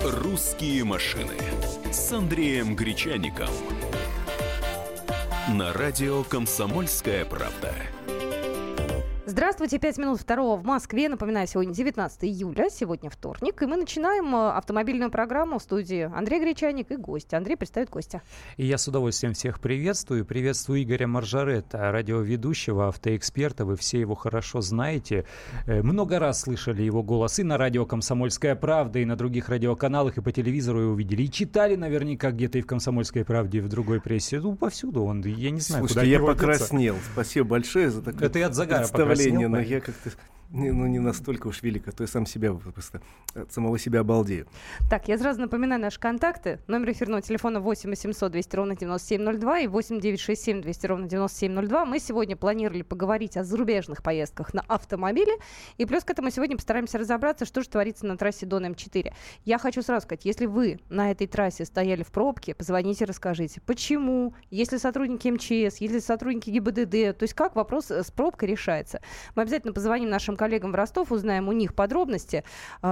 «Русские машины» с Андреем Гречаником на радио «Комсомольская правда». Здравствуйте, 5 минут второго в Москве. Напоминаю, сегодня 19 июля, сегодня вторник. И мы начинаем автомобильную программу в студии Андрей Гречаник и гость. Андрей представит гостя. И я с удовольствием всех приветствую. Приветствую Игоря Маржарета, радиоведущего, автоэксперта. Вы все его хорошо знаете. Много раз слышали его голос и на радио «Комсомольская правда», и на других радиоканалах, и по телевизору его видели. И читали наверняка где-то и в «Комсомольской правде», и в другой прессе. Ну, повсюду он. Я не знаю, слушайте, куда я покраснел. Спасибо большое за такое Это и от загара представление. покраснел, Но я как-то не настолько уж велик, а то я сам себя просто от самого себя обалдею. Так, я сразу напоминаю наши контакты. Номер эфирного телефона 8 800 200 ровно 9702 и 8 967 200 ровно 9702. Мы сегодня планировали поговорить о зарубежных поездках на автомобиле. И плюс к этому сегодня постараемся разобраться, что же творится на трассе Дон М4. Я хочу сразу сказать, если вы на этой трассе стояли в пробке, позвоните, расскажите, почему, если сотрудники МЧС, если сотрудники ГИБДД, то есть как вопрос с пробкой решается. Мы обязательно позвоним нашим коллегам в Ростов, узнаем у них подробности.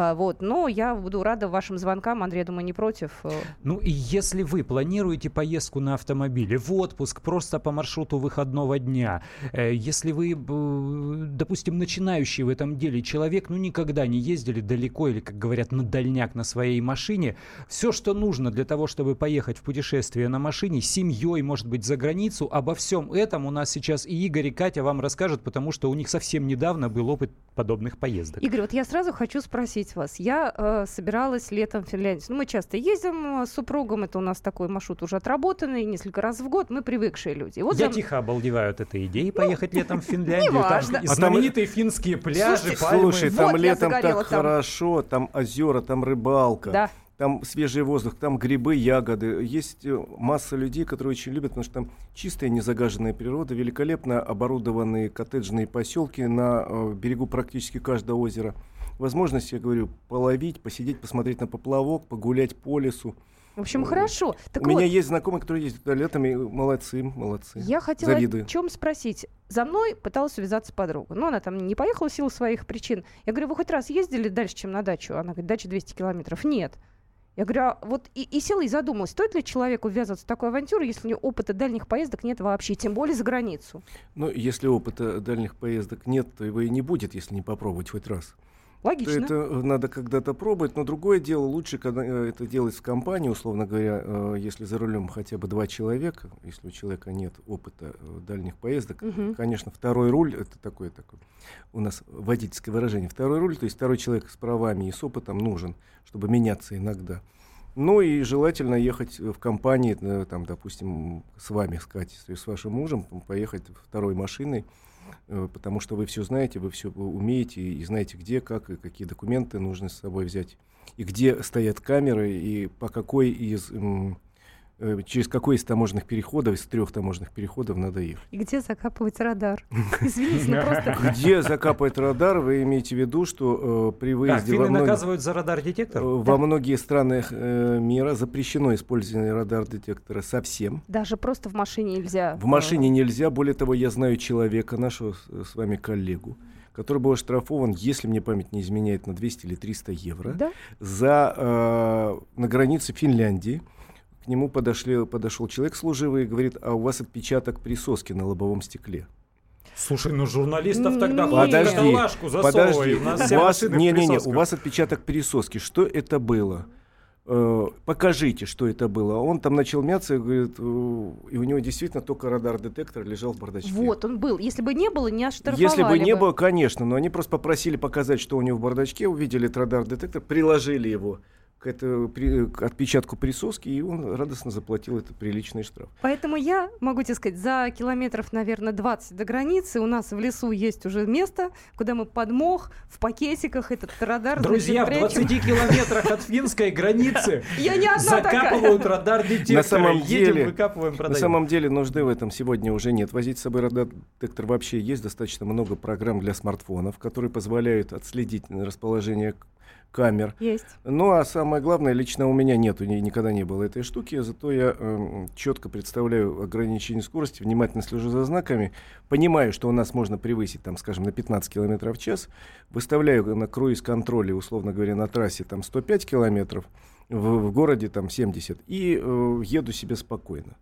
Но я буду рада вашим звонкам. Андрей, я думаю, не против. Ну и если вы планируете поездку на автомобиле в отпуск просто по маршруту выходного дня, если вы, допустим, начинающий в этом деле человек, никогда не ездили далеко или, как говорят, на дальняк на своей машине, все, что нужно для того, чтобы поехать в путешествие на машине, с семьей, может быть, за границу, обо всем этом у нас сейчас и Игорь, и Катя вам расскажут, потому что у них совсем недавно был опыт подобных поездок. Игорь, вот я сразу хочу спросить вас. Я собиралась летом в Финляндию. Мы часто ездим с супругом, это у нас такой маршрут уже отработанный, несколько раз в год, мы привыкшие люди. Вот тихо обалдеваю от этой идеи поехать летом в Финляндию. Неважно. Там знаменитые финские пляжи, пальмы. Слушай, там летом так хорошо, там озера, там рыбалка. Да. Там свежий воздух, там грибы, ягоды. Есть масса людей, которые очень любят, потому что там чистая, незагаженная природа, великолепно оборудованные коттеджные поселки на берегу практически каждого озера. Возможность, я говорю, половить, посидеть, посмотреть на поплавок, погулять по лесу. В общем, хорошо. Так у меня есть знакомые, которые ездят летом, и молодцы. Я хотела Завидую. о чем спросить. За мной пыталась связаться подруга. Но она там не поехала в силу своих причин. Я говорю, вы хоть раз ездили дальше, чем на дачу? Она говорит, дача 200 километров. Нет. Я говорю, и села и задумалась, стоит ли человеку ввязываться в такую авантюру, если у него опыта дальних поездок нет вообще, тем более за границу? Если опыта дальних поездок нет, то его и не будет, если не попробовать хоть раз. Логично. Это надо когда-то пробовать, но другое дело, лучше, когда это делать в компании, условно говоря, если за рулем хотя бы 2 человека, если у человека нет опыта дальних поездок, конечно, второй руль, это такое у нас водительское выражение, второй руль, то есть второй человек с правами и с опытом нужен, чтобы меняться иногда. Ну и желательно ехать в компании, там, допустим, с вами, с Катей, с вашим мужем, поехать второй машиной, потому что вы все знаете, вы все умеете и знаете, где, как и какие документы нужно с собой взять, и где стоят камеры, и по какой через какой из таможенных переходов, из 3 таможенных переходов надо ехать. И где закапывать радар? Извините, просто... Где закапывать радар, вы имеете в виду, что при выезде... Финны наказывают за радар-детектор? Во многие страны мира запрещено использование радар-детектора совсем. Даже просто в машине нельзя? В машине нельзя. Более того, я знаю человека, нашего с вами коллегу, который был оштрафован, если мне память не изменяет, на 200 или 300 евро, на границе Финляндии. К нему подошел человек служивый и говорит, а у вас отпечаток присоски на лобовом стекле. Слушай, журналистов тогда подожди, засовывай. У вас отпечаток присоски. Что это было? Покажите, что это было. Он там начал мяться и говорит, и у него действительно только радар-детектор лежал в бардачке. Вот он был. Если бы не было, не оштрафовали. Если бы не было, конечно, но они просто попросили показать, что у него в бардачке, увидели этот радар-детектор, приложили его к отпечатку присоски, и он радостно заплатил этот приличный штраф. Поэтому я могу тебе сказать, за километров, наверное, 20 до границы у нас в лесу есть уже место, куда мы под мох в пакетиках этот радар... Друзья, в 20 километрах от финской границы закапывают радар-детектор. Едем, выкапываем, продаем. На самом деле нужды в этом сегодня уже нет. Возить с собой радар-детектор вообще есть достаточно много программ для смартфонов, которые позволяют отследить расположение камер. Есть. Ну, а самое главное, лично у меня нету, никогда не было этой штуки, зато я четко представляю ограничение скорости, внимательно слежу за знаками, понимаю, что у нас можно превысить, там, скажем, на 15 км в час, выставляю на круиз-контроле, условно говоря, на трассе там 105 км, в городе там 70, и еду себе спокойно.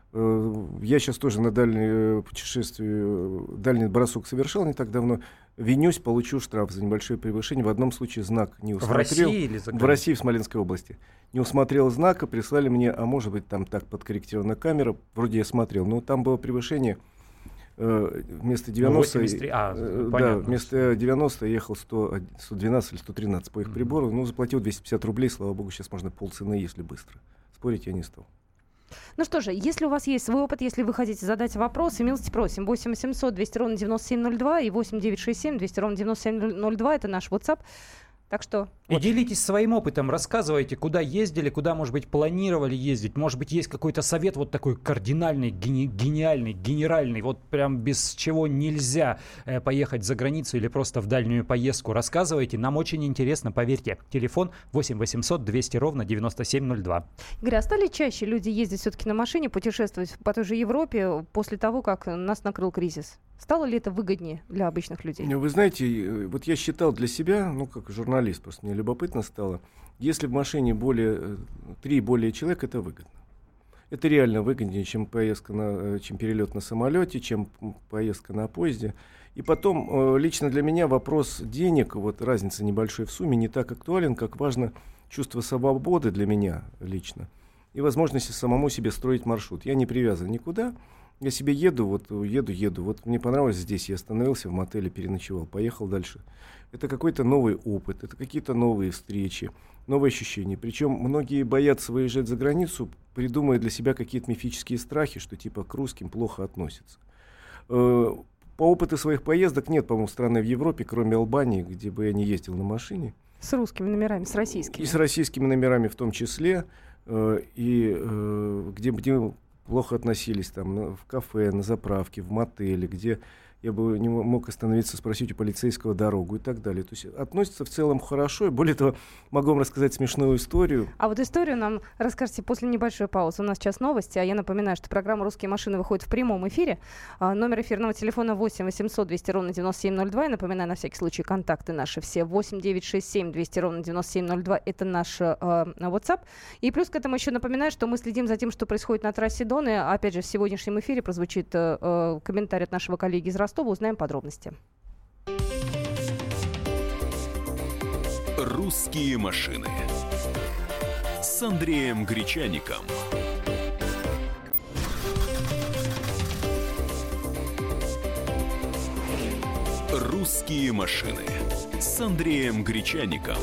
Я сейчас тоже на дальнее путешествие, дальний бросок совершал не так давно. Винюсь, получу штраф за небольшое превышение. В одном случае знак не усмотрел. В России или за границей? В России, в Смоленской области. Не усмотрел знака, прислали мне, а может быть там так подкорректирована камера. Вроде я смотрел, но там было превышение вместо 90. Да, вместо 90 я ехал 112 или 113 по их прибору. Ну, заплатил 250 рублей, слава богу, сейчас можно полцены, если быстро. Спорить я не стал. Ну что же, если у вас есть свой опыт, если вы хотите задать вопросы, милости просим. 8 800 200 ровно 9702 и 8 967 200 ровно 9702. Это наш WhatsApp. Так что... И делитесь своим опытом, рассказывайте, куда ездили, куда, может быть, планировали ездить. Может быть, есть какой-то совет вот такой кардинальный, гениальный, генеральный, вот прям без чего нельзя поехать за границу или просто в дальнюю поездку. Рассказывайте, нам очень интересно, поверьте. Телефон 8 800 200 ровно 9702. Игорь, а стали чаще люди ездить все-таки на машине, путешествовать по той же Европе после того, как нас накрыл кризис? Стало ли это выгоднее для обычных людей? Вы знаете, вот я считал для себя, ну, как журналист, просто мне любопытно стало, если в машине три более человек, это выгодно. Это реально выгоднее, чем чем перелет на самолете, чем поездка на поезде. И потом, лично для меня вопрос денег, вот разница небольшой в сумме, не так актуален, как важно чувство свободы для меня лично и возможности самому себе строить маршрут. Я не привязан никуда. Я себе еду. Вот мне понравилось здесь, я остановился в мотеле, переночевал, поехал дальше. Это какой-то новый опыт, это какие-то новые встречи, новые ощущения. Причем многие боятся выезжать за границу, придумывая для себя какие-то мифические страхи, что типа к русским плохо относятся. По опыту своих поездок нет, по-моему, страны в Европе, кроме Албании, где бы я не ездил на машине. С русскими номерами, с российскими. И с российскими номерами в том числе, где плохо относились там в кафе, на заправке, в мотеле, где я бы не мог остановиться, спросить у полицейского дорогу и так далее. То есть относятся в целом хорошо. И более того, могу вам рассказать смешную историю. А вот историю нам расскажете после небольшой паузы. У нас сейчас новости, а я напоминаю, что программа «Русские машины» выходит в прямом эфире. Номер эфирного телефона 8 800 200 ровно 9702. Я напоминаю, на всякий случай, контакты наши все. 8 967 200 ровно 9702. Это наш WhatsApp. И плюс к этому еще напоминаю, что мы следим за тем, что происходит на трассе Доны. Опять же, в сегодняшнем эфире прозвучит комментарий от нашего коллеги из Ростова. Узнаем подробности. «Русские машины» с Андреем Гречаником. «Русские машины» с Андреем Гречаником.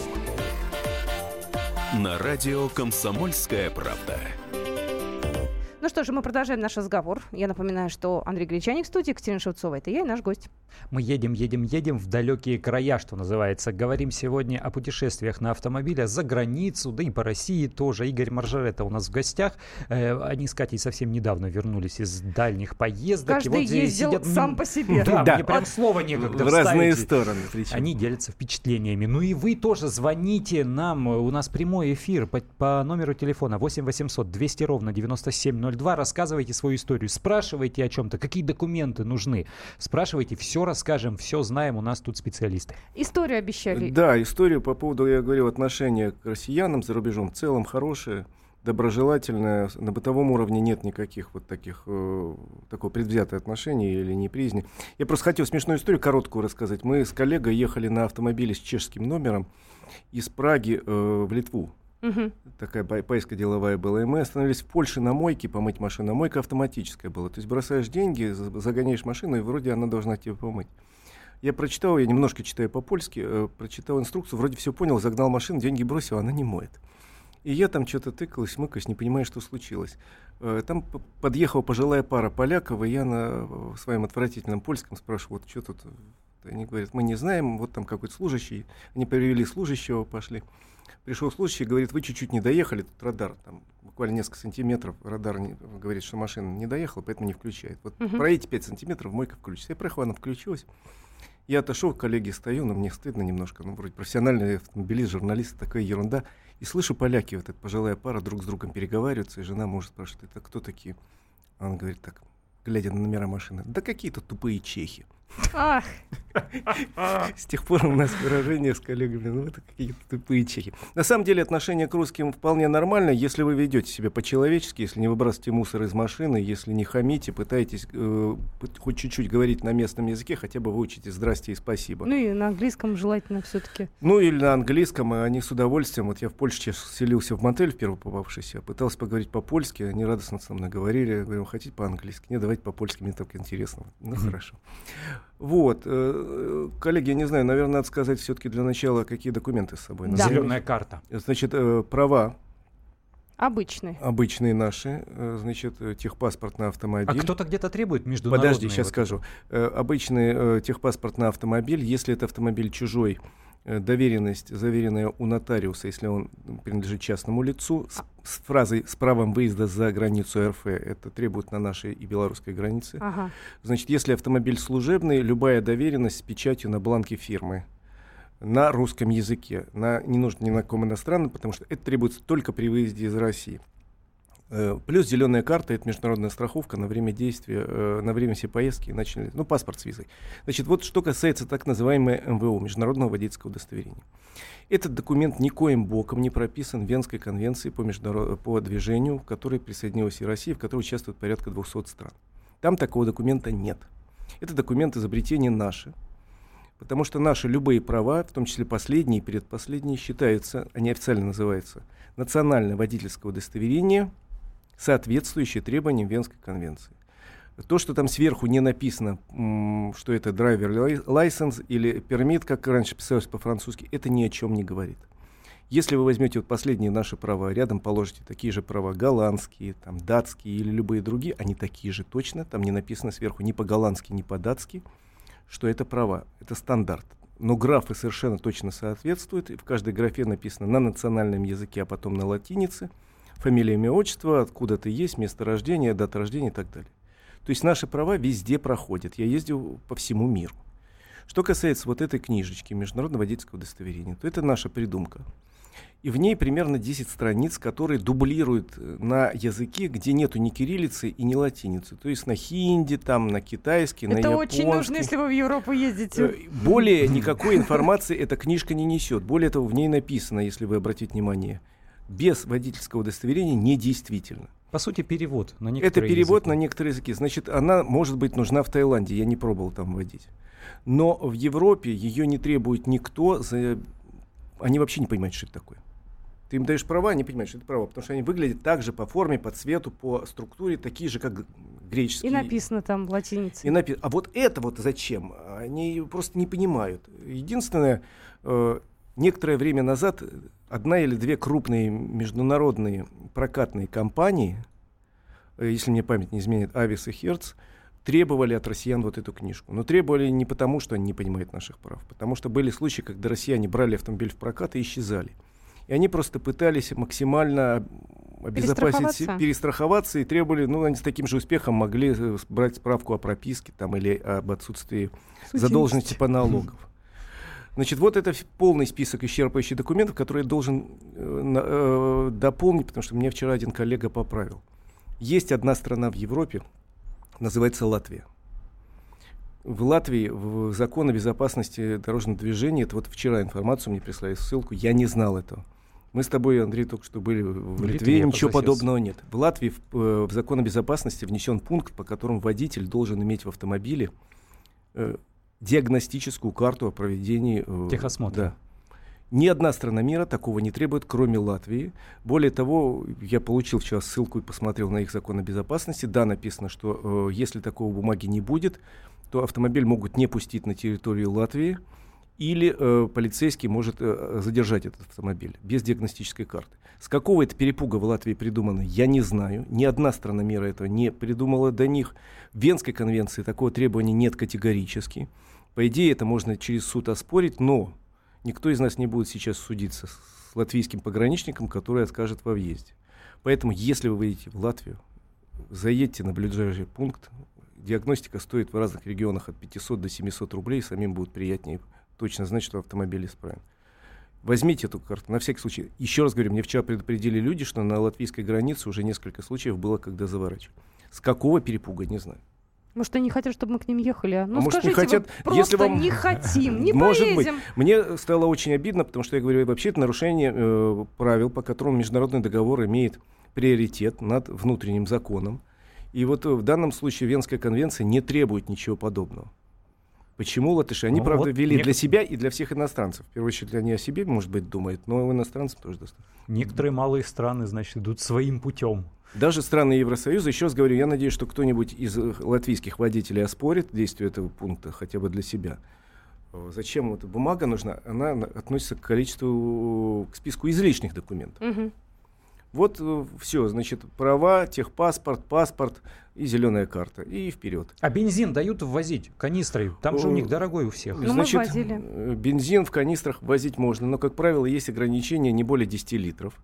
На радио «Комсомольская правда». Ну что же, мы продолжаем наш разговор. Я напоминаю, что Андрей Гречаник в студии, Екатерина Шевцова. Это я и наш гость. Мы едем в далекие края, что называется. Говорим сегодня о путешествиях на автомобиле за границу, да и по России тоже. Игорь Маржарета у нас в гостях. Они с Катей совсем недавно вернулись из дальних поездок. Каждый и вот ездил сидят, сам по себе. Да, мне прям слова некогда в разные вставить. стороны. Причем. Они делятся впечатлениями. Ну и вы тоже звоните нам. У нас прямой эфир по номеру телефона 8 800 200 ровно 9702. Рассказывайте свою историю. Спрашивайте о чем-то. Какие документы нужны. Спрашивайте. Все расскажем, все знаем. У нас тут специалисты. Историю обещали. Да, историю по поводу, я говорил, отношения к россиянам за рубежом в целом хорошее, доброжелательное. На бытовом уровне нет никаких вот таких, такого предвзятого отношения или неприязни. Я просто хотел смешную историю короткую рассказать. Мы с коллегой ехали на автомобиле с чешским номером из Праги в Литву. Угу. Такая поездка деловая была. И мы остановились в Польше на мойке, помыть машину. Мойка автоматическая была. То есть бросаешь деньги, загоняешь машину, и вроде она должна тебе помыть. Я прочитал, я немножко читаю по-польски, прочитал инструкцию, вроде все понял, загнал машину, деньги бросил, она не моет. И я там что-то тыкалась, мыкаюсь, не понимаю, что случилось. Там подъехала пожилая пара поляков, и я на своем отвратительном польском спрашиваю, вот что тут? Они говорят, мы не знаем, вот там какой-то служащий. Они привели служащего, пошли. Пришел служащий, говорит, вы чуть-чуть не доехали, тут радар, там буквально несколько сантиметров, радар говорит, что машина не доехала, поэтому не включает. Вот проедете 5 сантиметров, мойка включится. Я проехала, она включилась. Я отошел, коллеги, стою, но мне стыдно немножко. Ну, вроде профессиональный автомобилист, журналист, такая ерунда. И слышу, поляки, вот эта пожилая пара, друг с другом переговариваются, и жена мужа спрашивает: это кто такие? А он говорит так, глядя на номера машины: да какие-то тупые чехи. Ах. С тех пор у нас выражение с коллегами: ну это какие-то тупые чехи. На самом деле отношение к русским вполне нормально, если вы ведете себя по-человечески, если не выбрасываете мусор из машины, если не хамите, пытаетесь хоть чуть-чуть говорить на местном языке, хотя бы выучите «здрасте» и «спасибо». Ну и на английском желательно все-таки. Ну или на английском, и они с удовольствием. Вот я в Польше селился в мотель, в первый попавшийся, пытался поговорить по-польски, они радостно со мной говорили. Я говорю: хотите по-английски? Нет, давайте по-польски, мне так интересно. Ну хорошо. Вот, коллеги, я не знаю, наверное, надо сказать все-таки для начала, какие документы с собой. Да. Зеленая карта. Значит, права. Обычные. Обычные наши, значит, техпаспорт на автомобиль. А кто-то где-то требует международные? Подожди, сейчас скажу. Обычный техпаспорт на автомобиль, если это автомобиль чужой, доверенность, заверенная у нотариуса, если он принадлежит частному лицу, с фразой «с правом выезда за границу РФ», это требует на нашей и белорусской границе. Ага. Значит, если автомобиль служебный, любая доверенность с печатью на бланке фирмы на русском языке. Не нужно ни на ком иностранном, потому что это требуется только при выезде из России. Плюс зеленая карта — это международная страховка на время действия, на время всей поездки, иначе, ну, паспорт с визой. Значит, вот что касается так называемой МВО, Международного водительского удостоверения. Этот документ никоим боком не прописан в Венской конвенции по движению, к которой присоединилась и Россия, в которой участвует порядка 200 стран. Там такого документа нет. Это документ изобретения наше, потому что наши любые права, в том числе последние и предпоследние, считаются, они официально называются национальное водительское удостоверение, соответствующие требованиям Венской конвенции. То, что там сверху не написано, что это driver license или permit, как раньше писалось по-французски, это ни о чем не говорит. Если вы возьмете вот последние наши права, рядом положите такие же права голландские, там, датские или любые другие, они такие же точно, там не написано сверху ни по-голландски, ни по-датски, что это права, это стандарт. Но графы совершенно точно соответствуют, и в каждой графе написано на национальном языке, а потом на латинице, фамилия, имя, отчество, откуда ты есть, место рождения, дата рождения и так далее. То есть наши права везде проходят. Я ездил по всему миру. Что касается вот этой книжечки Международного водительского удостоверения, то это наша придумка. И в ней примерно 10 страниц, которые дублируют на языке, где нету ни кириллицы и ни латиницы. То есть на хинди, там, на китайский, на японский. Это очень нужно, если вы в Европу ездите. Более никакой информации эта книжка не несет. Более того, в ней написано, если вы обратите внимание, без водительского удостоверения недействительно. По сути, перевод на некоторые Это перевод языки. на некоторые языки. Значит, она, может быть, нужна в Таиланде. Я не пробовал там водить. Но в Европе ее не требует никто. Они вообще не понимают, что это такое. Ты им даешь права, они понимают, что это права. Потому что они выглядят так же по форме, по цвету, по структуре, такие же, как греческие. И написано там латиницей. А вот это вот зачем? Они просто не понимают. Единственное, некоторое время назад одна или две крупные международные прокатные компании, если мне память не изменит, Авис и Херц, требовали от россиян вот эту книжку. Но требовали не потому, что они не понимают наших прав, потому что были случаи, когда россияне брали автомобиль в прокат и исчезали. И они просто пытались максимально обезопасить, перестраховаться и требовали, ну, они с таким же успехом могли брать справку о прописке там, или об отсутствии задолженности по налогам. Значит, вот это полный список исчерпывающих документов, которые я должен дополнить, потому что мне вчера один коллега поправил. Есть одна страна в Европе, называется Латвия. В Латвии в закон о безопасности дорожного движения, это вот вчера информацию мне прислали, ссылку, я не знал этого. Мы с тобой, Андрей, только что были в Литве, ничего подобного нет. В Латвии в закон о безопасности внесен пункт, по которому водитель должен иметь в автомобиле диагностическую карту о проведении техосмотра. Да. Ни одна страна мира такого не требует, кроме Латвии. Более того, я получил вчера ссылку и посмотрел на их закон о безопасности. Да, написано, что если такого бумаги не будет, то автомобиль могут не пустить на территорию Латвии, или полицейский может задержать этот автомобиль без диагностической карты. С какого это перепуга в Латвии придумано, я не знаю. Ни одна страна мира этого не придумала до них. В Венской конвенции такого требования нет категорически. По идее, это можно через суд оспорить, но никто из нас не будет сейчас судиться с латвийским пограничником, который откажет во въезде. Поэтому, если вы выедете в Латвию, заедьте на ближайший пункт, диагностика стоит в разных регионах от 500 до 700 рублей, самим будет приятнее точно знать, что автомобиль исправен. Возьмите эту карту, на всякий случай. Еще раз говорю, мне вчера предупредили люди, что на латвийской границе уже несколько случаев было, когда заворачивали. С какого перепуга, не знаю. Может, они хотят, чтобы мы к ним ехали? А? Ну, может, скажите, не хотят, вы просто если вам... не хотим, не может поедем. Быть. Мне стало очень обидно, потому что я говорю, вообще это нарушение правил, по которым международный договор имеет приоритет над внутренним законом. И вот в данном случае Венская конвенция не требует ничего подобного. Почему латыши? Они, правда, ввели для себя и для всех иностранцев. В первую очередь, они о себе, может быть, думают, но иностранцам тоже достаточно. Некоторые малые страны, значит, идут своим путем. Даже страны Евросоюза, еще раз говорю, я надеюсь, что кто-нибудь из латвийских водителей оспорит действие этого пункта хотя бы для себя. Зачем эта бумага нужна? Она относится к списку излишних документов. Угу. Вот все, значит, права, техпаспорт, паспорт и зеленая карта. И вперед. А бензин дают ввозить канистрой? Там же у них дорогой у всех. Ну, значит, мы возили. Бензин в канистрах возить можно, но, как правило, есть ограничения не более 10 литров.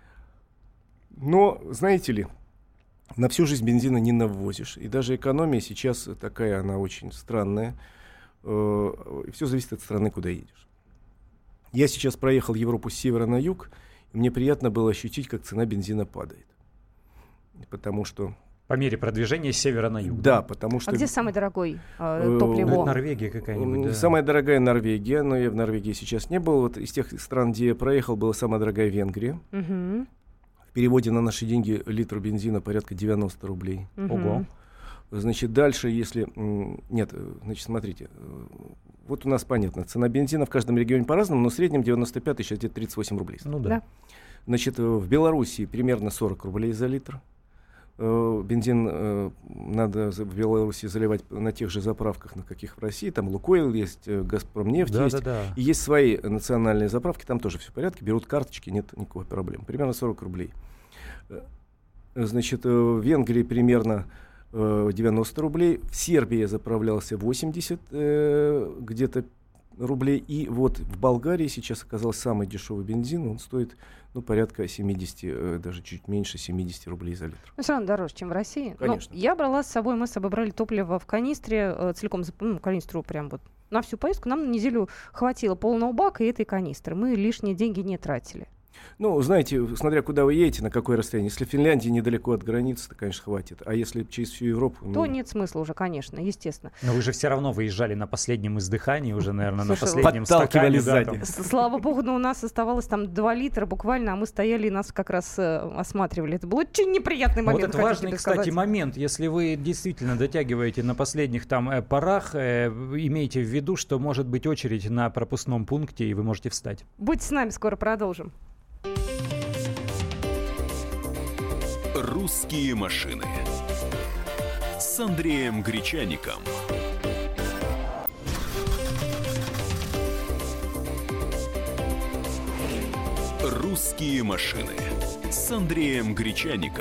Но, знаете ли, на всю жизнь бензина не навозишь. И даже экономия сейчас такая, она очень странная. Все зависит от страны, куда едешь. Я сейчас проехал Европу с севера на юг, и мне приятно было ощутить, как цена бензина падает. Потому что... По мере продвижения с севера на юг. Да, потому что... А где самый дорогой топливо? Ну, Норвегия какая-нибудь, да. Самая дорогая Норвегия, но я в Норвегии сейчас не был. Вот из тех стран, где я проехал, была самая дорогая Венгрия. Угу. В переводе на наши деньги литр бензина порядка 90 рублей. Угу. Ого. Значит, дальше, если... Нет, значит, смотрите. Вот у нас понятно, цена бензина в каждом регионе по-разному, но в среднем 95, сейчас где-то 38 рублей. Ну да. Значит, в Белоруссии примерно 40 рублей за литр. Бензин надо в Беларуси заливать на тех же заправках, на каких в России. Там Лукойл есть, Газпромнефть есть. Да. И есть свои национальные заправки, там тоже все в порядке. Берут карточки, нет никакой проблем. Примерно 40 рублей. Значит, в Венгрии примерно 90 рублей. В Сербии я заправлялся 80 где-то рублей. И вот в Болгарии сейчас оказался самый дешевый бензин. Он стоит порядка 70, даже чуть меньше 70 рублей за литр. Ну, все равно дороже, чем в России. Конечно. Но я брала с собой, мы с собой брали топливо в канистре, целиком, канистру прям вот на всю поездку. Нам на неделю хватило полного бака и этой канистры. Мы лишние деньги не тратили. Ну, знаете, смотря куда вы едете, на какое расстояние. Если в Финляндии недалеко от границы, то, конечно, хватит. А если через всю Европу... То нет смысла уже, конечно, естественно. Но вы же все равно выезжали на последнем издыхании, уже, наверное, на Слушай, последнем стакане. сзади. Слава богу, но у нас оставалось там 2 литра буквально, а мы стояли и нас как раз осматривали. Это был очень неприятный момент. Вот это важный, кстати, момент. Если вы действительно дотягиваете на последних там порах, имейте в виду, что может быть очередь на пропускном пункте, и вы можете встать. Будьте с нами, скоро продолжим. «Русские машины» с Андреем Гречаником. «Русские машины» с Андреем Гречаником.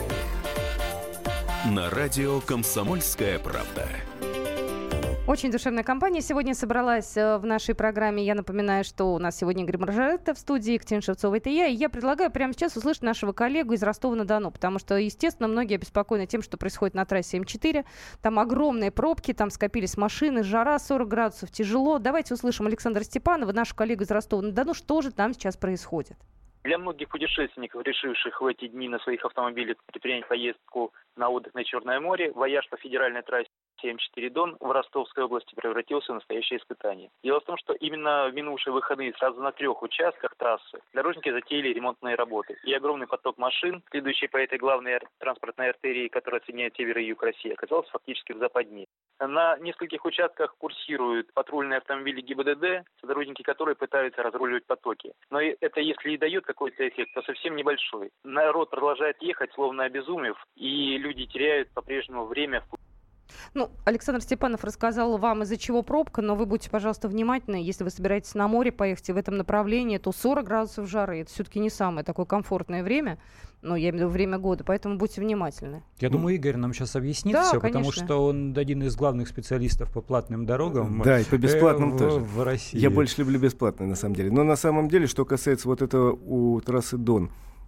На радио «Комсомольская правда». Очень душевная компания сегодня собралась в нашей программе. Я напоминаю, что у нас сегодня Игорь Маржаретта в студии, Екатерина Шевцова, это я. И я предлагаю прямо сейчас услышать нашего коллегу из Ростова-на-Дону, потому что, естественно, многие обеспокоены тем, что происходит на трассе М4. Там огромные пробки, там скопились машины, жара 40 градусов, тяжело. Давайте услышим Александра Степанова, нашу коллегу из Ростова-на-Дону, что же там сейчас происходит. Для многих путешественников, решивших в эти дни на своих автомобилях предпринять поездку на отдых на Черное море, вояж по федеральной трассе М4 Дон в Ростовской области превратился в настоящее испытание. Дело в том, что именно в минувшие выходные сразу на 3 участках трассы дорожники затеяли ремонтные работы. И огромный поток машин, следующий по этой главной транспортной артерии, которая соединяет север и юг России, оказался фактически в западне. На нескольких участках курсируют патрульные автомобили ГИБДД, сотрудники которой пытаются разруливать потоки. Но это, если и дает какой-то эффект, то совсем небольшой. Народ продолжает ехать, словно обезумев, и люди теряют по-прежнему время в пути. Ну, Александр Степанов рассказал вам, из-за чего пробка, но вы будьте, пожалуйста, внимательны. Если вы собираетесь на море поехать в этом направлении, то 40 градусов жары. Это все-таки не самое такое комфортное время, ну, я имею в виду время года, поэтому будьте внимательны. Я думаю, Игорь нам сейчас объяснит да, все, конечно. потому что он один из главных специалистов по платным дорогам. Да, и по бесплатным тоже. В России. Я больше люблю бесплатные, на самом деле. Но на самом деле, что касается вот этого у трассы Дон,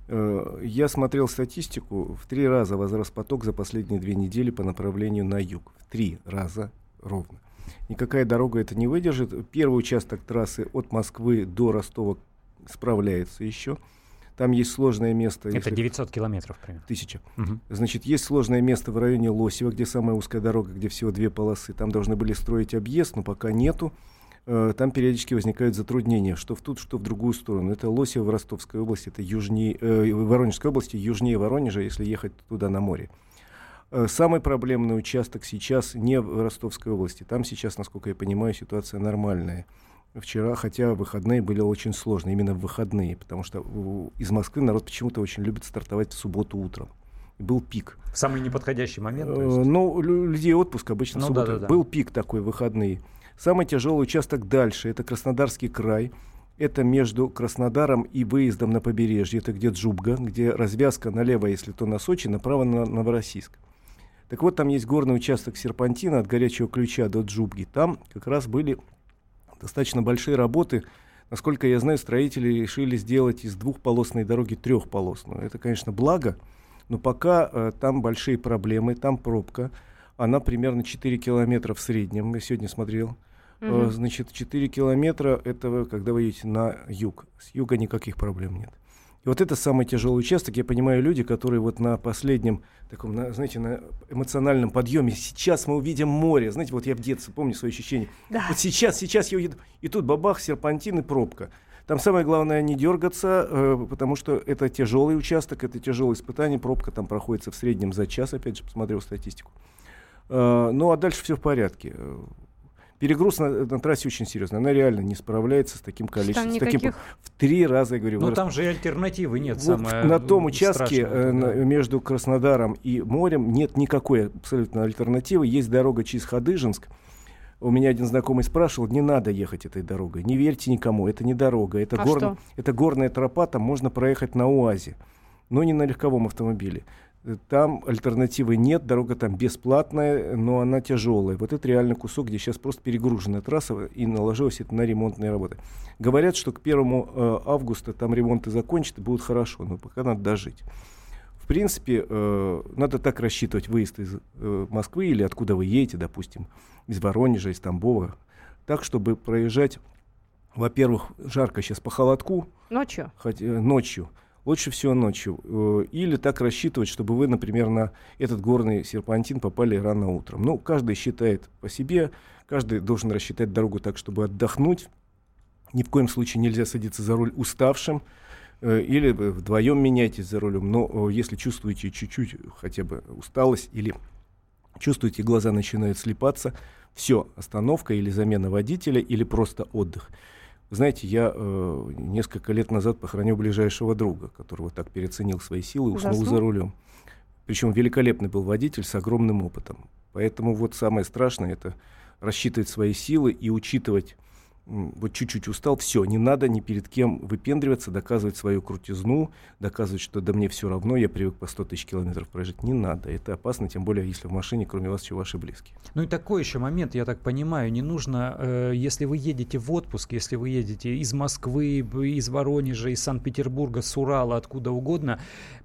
Я смотрел статистику, в 3 раза возрос поток за последние 2 недели по направлению на юг. В 3 раза ровно. Никакая дорога это не выдержит. Первый участок трассы от Москвы до Ростова справляется еще. Там есть сложное место. Это 900 километров примерно. 1000. Угу. Значит, есть сложное место в районе Лосева, где самая узкая дорога, где всего 2 полосы. Там должны были строить объезд, но пока нету. Там периодически возникают затруднения, что в ту, что в другую сторону. Это Лосево в Ростовской области, это южнее, в Воронежской области, южнее Воронежа, если ехать туда на море. Самый проблемный участок сейчас не в Ростовской области. Там сейчас, насколько я понимаю, ситуация нормальная. Вчера, хотя выходные были очень сложные, именно в выходные, потому что из Москвы народ почему-то очень любит стартовать в субботу утром. Был пик. В самый неподходящий момент? Ну, людей отпуск обычно в субботу. Да. Был пик такой в выходные. Самый тяжелый участок дальше, это Краснодарский край. Это между Краснодаром и выездом на побережье. Это где Джубга, где развязка налево, если то на Сочи, направо на Новороссийск. Так вот, там есть горный участок серпантина от Горячего Ключа до Джубги. Там как раз были достаточно большие работы. Насколько я знаю, строители решили сделать из 2-полосной дороги 3-полосную. Это, конечно, благо, но пока там большие проблемы, там пробка. Она примерно 4 километра в среднем. Я сегодня смотрел. Значит, 4 километра, это когда вы едете на юг. С юга никаких проблем нет. И вот это самый тяжелый участок. Я понимаю, люди, которые вот на последнем таком, знаете, на эмоциональном подъеме. Сейчас мы увидим море. Знаете, вот я в детстве помню свои ощущения. Да. Вот сейчас я уеду. И тут бабах, серпантин и пробка. Там самое главное не дергаться, потому что это тяжелый участок, это тяжелое испытание. Пробка там проходится в среднем за час, опять же, посмотрел статистику. Ну, а дальше все в порядке. Перегруз на трассе очень серьезный. Она реально не справляется с таким количеством. Никаких... В 3 раза, я говорю. Но там же и альтернативы нет. Вот на том участке между Краснодаром и морем нет никакой абсолютно альтернативы. Есть дорога Чиз-Хадыженск. У меня один знакомый спрашивал, не надо ехать этой дорогой. Не верьте никому, это не дорога. Это, это горная тропа, там можно проехать на УАЗе, но не на легковом автомобиле. Там альтернативы нет, дорога там бесплатная, но она тяжелая. Вот это реально кусок, где сейчас просто перегруженная трасса, и наложилось это на ремонтные работы. Говорят, что к 1 августа там ремонты закончат и будет хорошо, но пока надо дожить. В принципе, надо так рассчитывать выезд из Москвы или откуда вы едете, допустим, из Воронежа, из Тамбова, так, чтобы проезжать, во-первых, жарко сейчас по холодку. Ночью? Ночью. Лучше всего ночью. Или так рассчитывать, чтобы вы, например, на этот горный серпантин попали рано утром. Ну, каждый считает по себе, каждый должен рассчитать дорогу так, чтобы отдохнуть. Ни в коем случае нельзя садиться за руль уставшим. Или вдвоем меняйтесь за рулем. Но если чувствуете чуть-чуть хотя бы усталость или чувствуете, глаза начинают слипаться, все, остановка или замена водителя, или просто отдых. Знаете, я несколько лет назад похоронил ближайшего друга, который вот так переоценил свои силы и уснул за рулем. Причем великолепный был водитель с огромным опытом. Поэтому вот самое страшное — это рассчитывать свои силы и учитывать, вот чуть-чуть устал, все, не надо ни перед кем выпендриваться, доказывать свою крутизну, доказывать, что да мне все равно, я привык по 100 тысяч километров проезжать. Не надо, это опасно, тем более, если в машине кроме вас еще ваши близкие. Ну и такой еще момент, я так понимаю, не нужно, если вы едете в отпуск, если вы едете из Москвы, из Воронежа, из Санкт-Петербурга, с Урала, откуда угодно,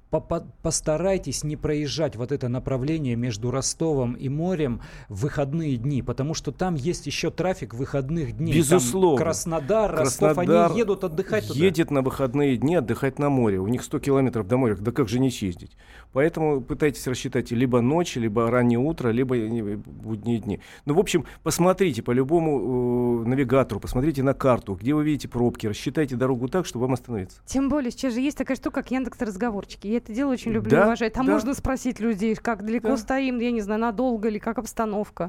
постарайтесь не проезжать вот это направление между Ростовом и морем в выходные дни, потому что там есть еще трафик выходных дней. Безусловно. Там Краснодар, Ростов, они едут отдыхать туда. Едет на выходные дни отдыхать на море. У них 100 километров до моря. Да как же не съездить? Поэтому пытайтесь рассчитать либо ночь, либо раннее утро, либо будние дни. Ну, в общем, посмотрите по любому навигатору, посмотрите на карту, где вы видите пробки, рассчитайте дорогу так, чтобы вам остановиться. Тем более, сейчас же есть такая штука, как Яндекс.Разговорчики. Я это дело очень люблю и уважаю. Там можно спросить людей, как далеко стоим, я не знаю, надолго или как обстановка.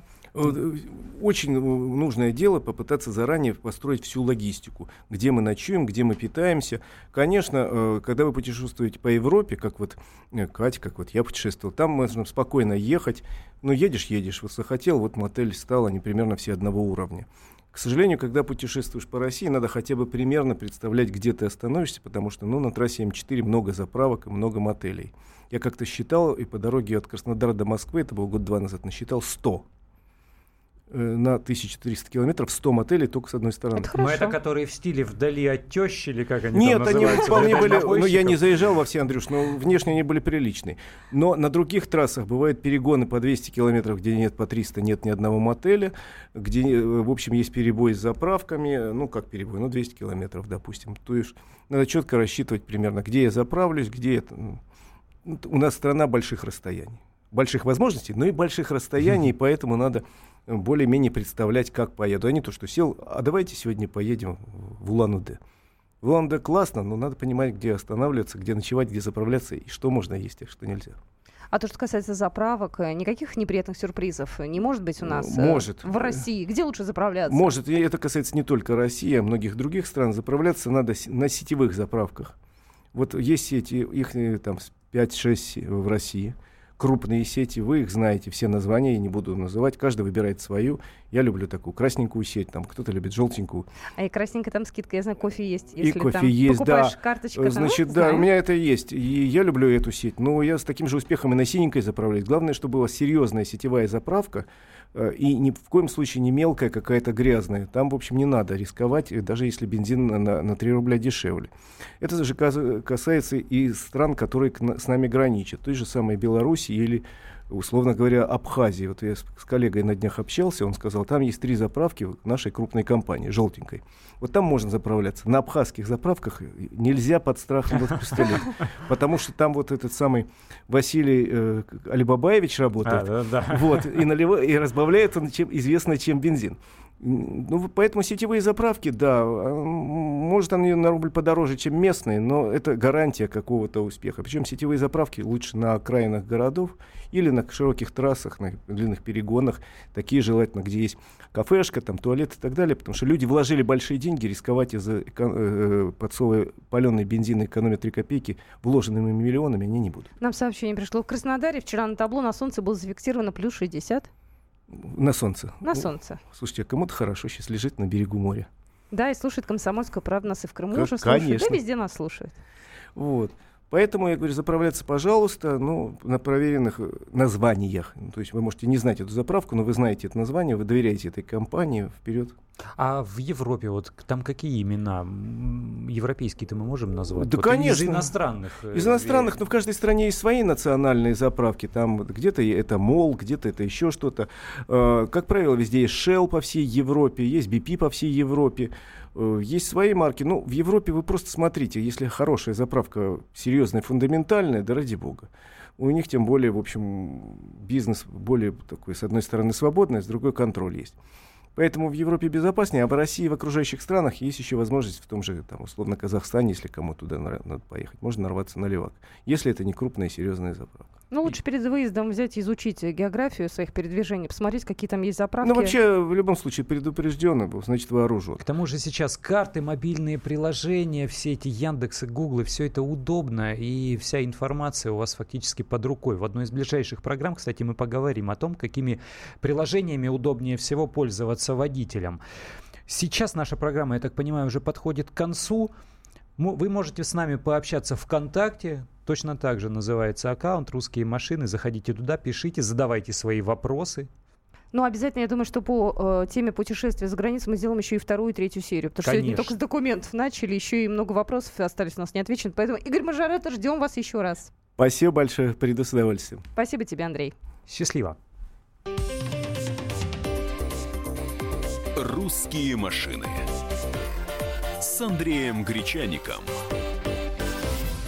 Очень нужное дело попытаться заранее построить всю логистику. Где мы ночуем, где мы питаемся. Конечно, когда вы путешествуете по Европе, как вот Катя, как вот я путешествовал, там можно спокойно ехать. Ну, едешь, вот захотел, вот мотель стал, они примерно все одного уровня. К сожалению, когда путешествуешь по России, надо хотя бы примерно представлять, где ты остановишься, потому что на трассе М4 много заправок и много мотелей. Я как-то считал, и по дороге от Краснодара до Москвы, это было 2 года назад, насчитал 100. на 1300 километров 100 мотелей только с одной стороны. Но это которые в стиле вдали от тещи, или как они Нет, там называются? Нет, они вполне были... Ну, я не заезжал во все, Андрюш, но внешне они были приличные. Но на других трассах бывают перегоны по 200 километров, где нет по 300, нет ни одного мотеля, где, в общем, есть перебой с заправками. Ну, как перебой? Ну, 200 километров, допустим. То есть надо четко рассчитывать примерно, где я заправлюсь, где это... У нас страна больших расстояний. Больших возможностей, но и больших расстояний, и поэтому надо более-менее представлять, как поеду. А не то, что сел, а давайте сегодня поедем в Улан-Удэ. В Улан-Удэ классно, но надо понимать, где останавливаться, где ночевать, где заправляться, и что можно есть, а что нельзя. А то, что касается заправок, никаких неприятных сюрпризов не может быть у нас в России? Где лучше заправляться? Может, и это касается не только России, а многих других стран. Заправляться надо на сетевых заправках. Вот есть сети, их там 5-6 в России. Крупные сети, вы их знаете, все названия, я не буду называть, каждый выбирает свою. Я люблю такую красненькую сеть, там кто-то любит желтенькую. А и красненькая там скидка, я знаю, кофе есть. Если и кофе там есть, покупаешь да. Карточка, значит, да, у меня это есть, и я люблю эту сеть. Но я с таким же успехом и на синенькой заправляюсь. Главное, чтобы была серьезная сетевая заправка, и ни в коем случае не мелкая, какая-то грязная. Там, в общем, не надо рисковать, даже если бензин на 3 рубля дешевле. Это же касается и стран, которые с нами граничат. Той же самой Беларуси или, условно говоря, Абхазии. Вот я с коллегой на днях общался, он сказал, там есть 3 заправки нашей крупной компании, желтенькой. Вот там можно заправляться. На абхазских заправках нельзя под страхом пистолет. Потому что там вот этот самый Василий Алибабаевич работает. Вот, и разбавляет он известно чем бензин. Ну, поэтому сетевые заправки, да, может они на рубль подороже, чем местные, но это гарантия какого-то успеха. Причем сетевые заправки лучше на окраинах городов или на широких трассах, на длинных перегонах, такие желательно, где есть кафешка, там, туалет и так далее, потому что люди вложили большие деньги, рисковать из-за подсовывая паленый бензин и экономят 3 копейки, вложенными миллионами они не будут. Нам сообщение пришло. В Краснодаре вчера на табло на солнце было зафиксировано плюс 60. На солнце. На солнце. Слушайте, а кому-то хорошо сейчас лежит на берегу моря. Да, и слушает «Комсомольскую правду», нас и в Крыму уже слушают. Конечно. Да, везде нас слушают. Вот. Поэтому я говорю, заправляться, пожалуйста, на проверенных названиях. То есть вы можете не знать эту заправку, но вы знаете это название, вы доверяете этой компании, вперед. А в Европе вот там какие имена европейские-то мы можем назвать? Да, вот конечно. Из иностранных. Из иностранных, но в каждой стране есть свои национальные заправки. Там где-то это МОЛ, где-то это еще что-то. Как правило, везде есть Shell по всей Европе, есть BP по всей Европе. Есть свои марки. В Европе вы просто смотрите, если хорошая заправка, серьезная, фундаментальная, да ради бога. У них тем более, в общем, бизнес более такой, с одной стороны, свободный, с другой контроль есть. Поэтому в Европе безопаснее, а в России, в окружающих странах есть еще возможность в том же, там, условно, Казахстане, если кому туда надо поехать, можно нарваться на левак, если это не крупная серьезная заправка. Лучше перед выездом взять и изучить географию своих передвижений, посмотреть, какие там есть заправки. Вообще, в любом случае, предупрежден, значит, вооружен. К тому же сейчас карты, мобильные приложения, все эти Яндексы, Гуглы, все это удобно, и вся информация у вас фактически под рукой. В одной из ближайших программ, кстати, мы поговорим о том, какими приложениями удобнее всего пользоваться водителям. Сейчас наша программа, я так понимаю, уже подходит к концу. Вы можете с нами пообщаться ВКонтакте. Точно так же называется аккаунт «Русские машины». Заходите туда, пишите, задавайте свои вопросы. Обязательно, я думаю, что по теме путешествия за границу мы сделаем еще и 2-ю и 3-ю серию. Потому что сегодня только с документов начали, еще и много вопросов остались у нас не отвечены. Поэтому, Игорь Маржарета, ждем вас еще раз. Спасибо большое, приду с удовольствием. Спасибо тебе, Андрей. Счастливо. «Русские машины» с Андреем Гречаником.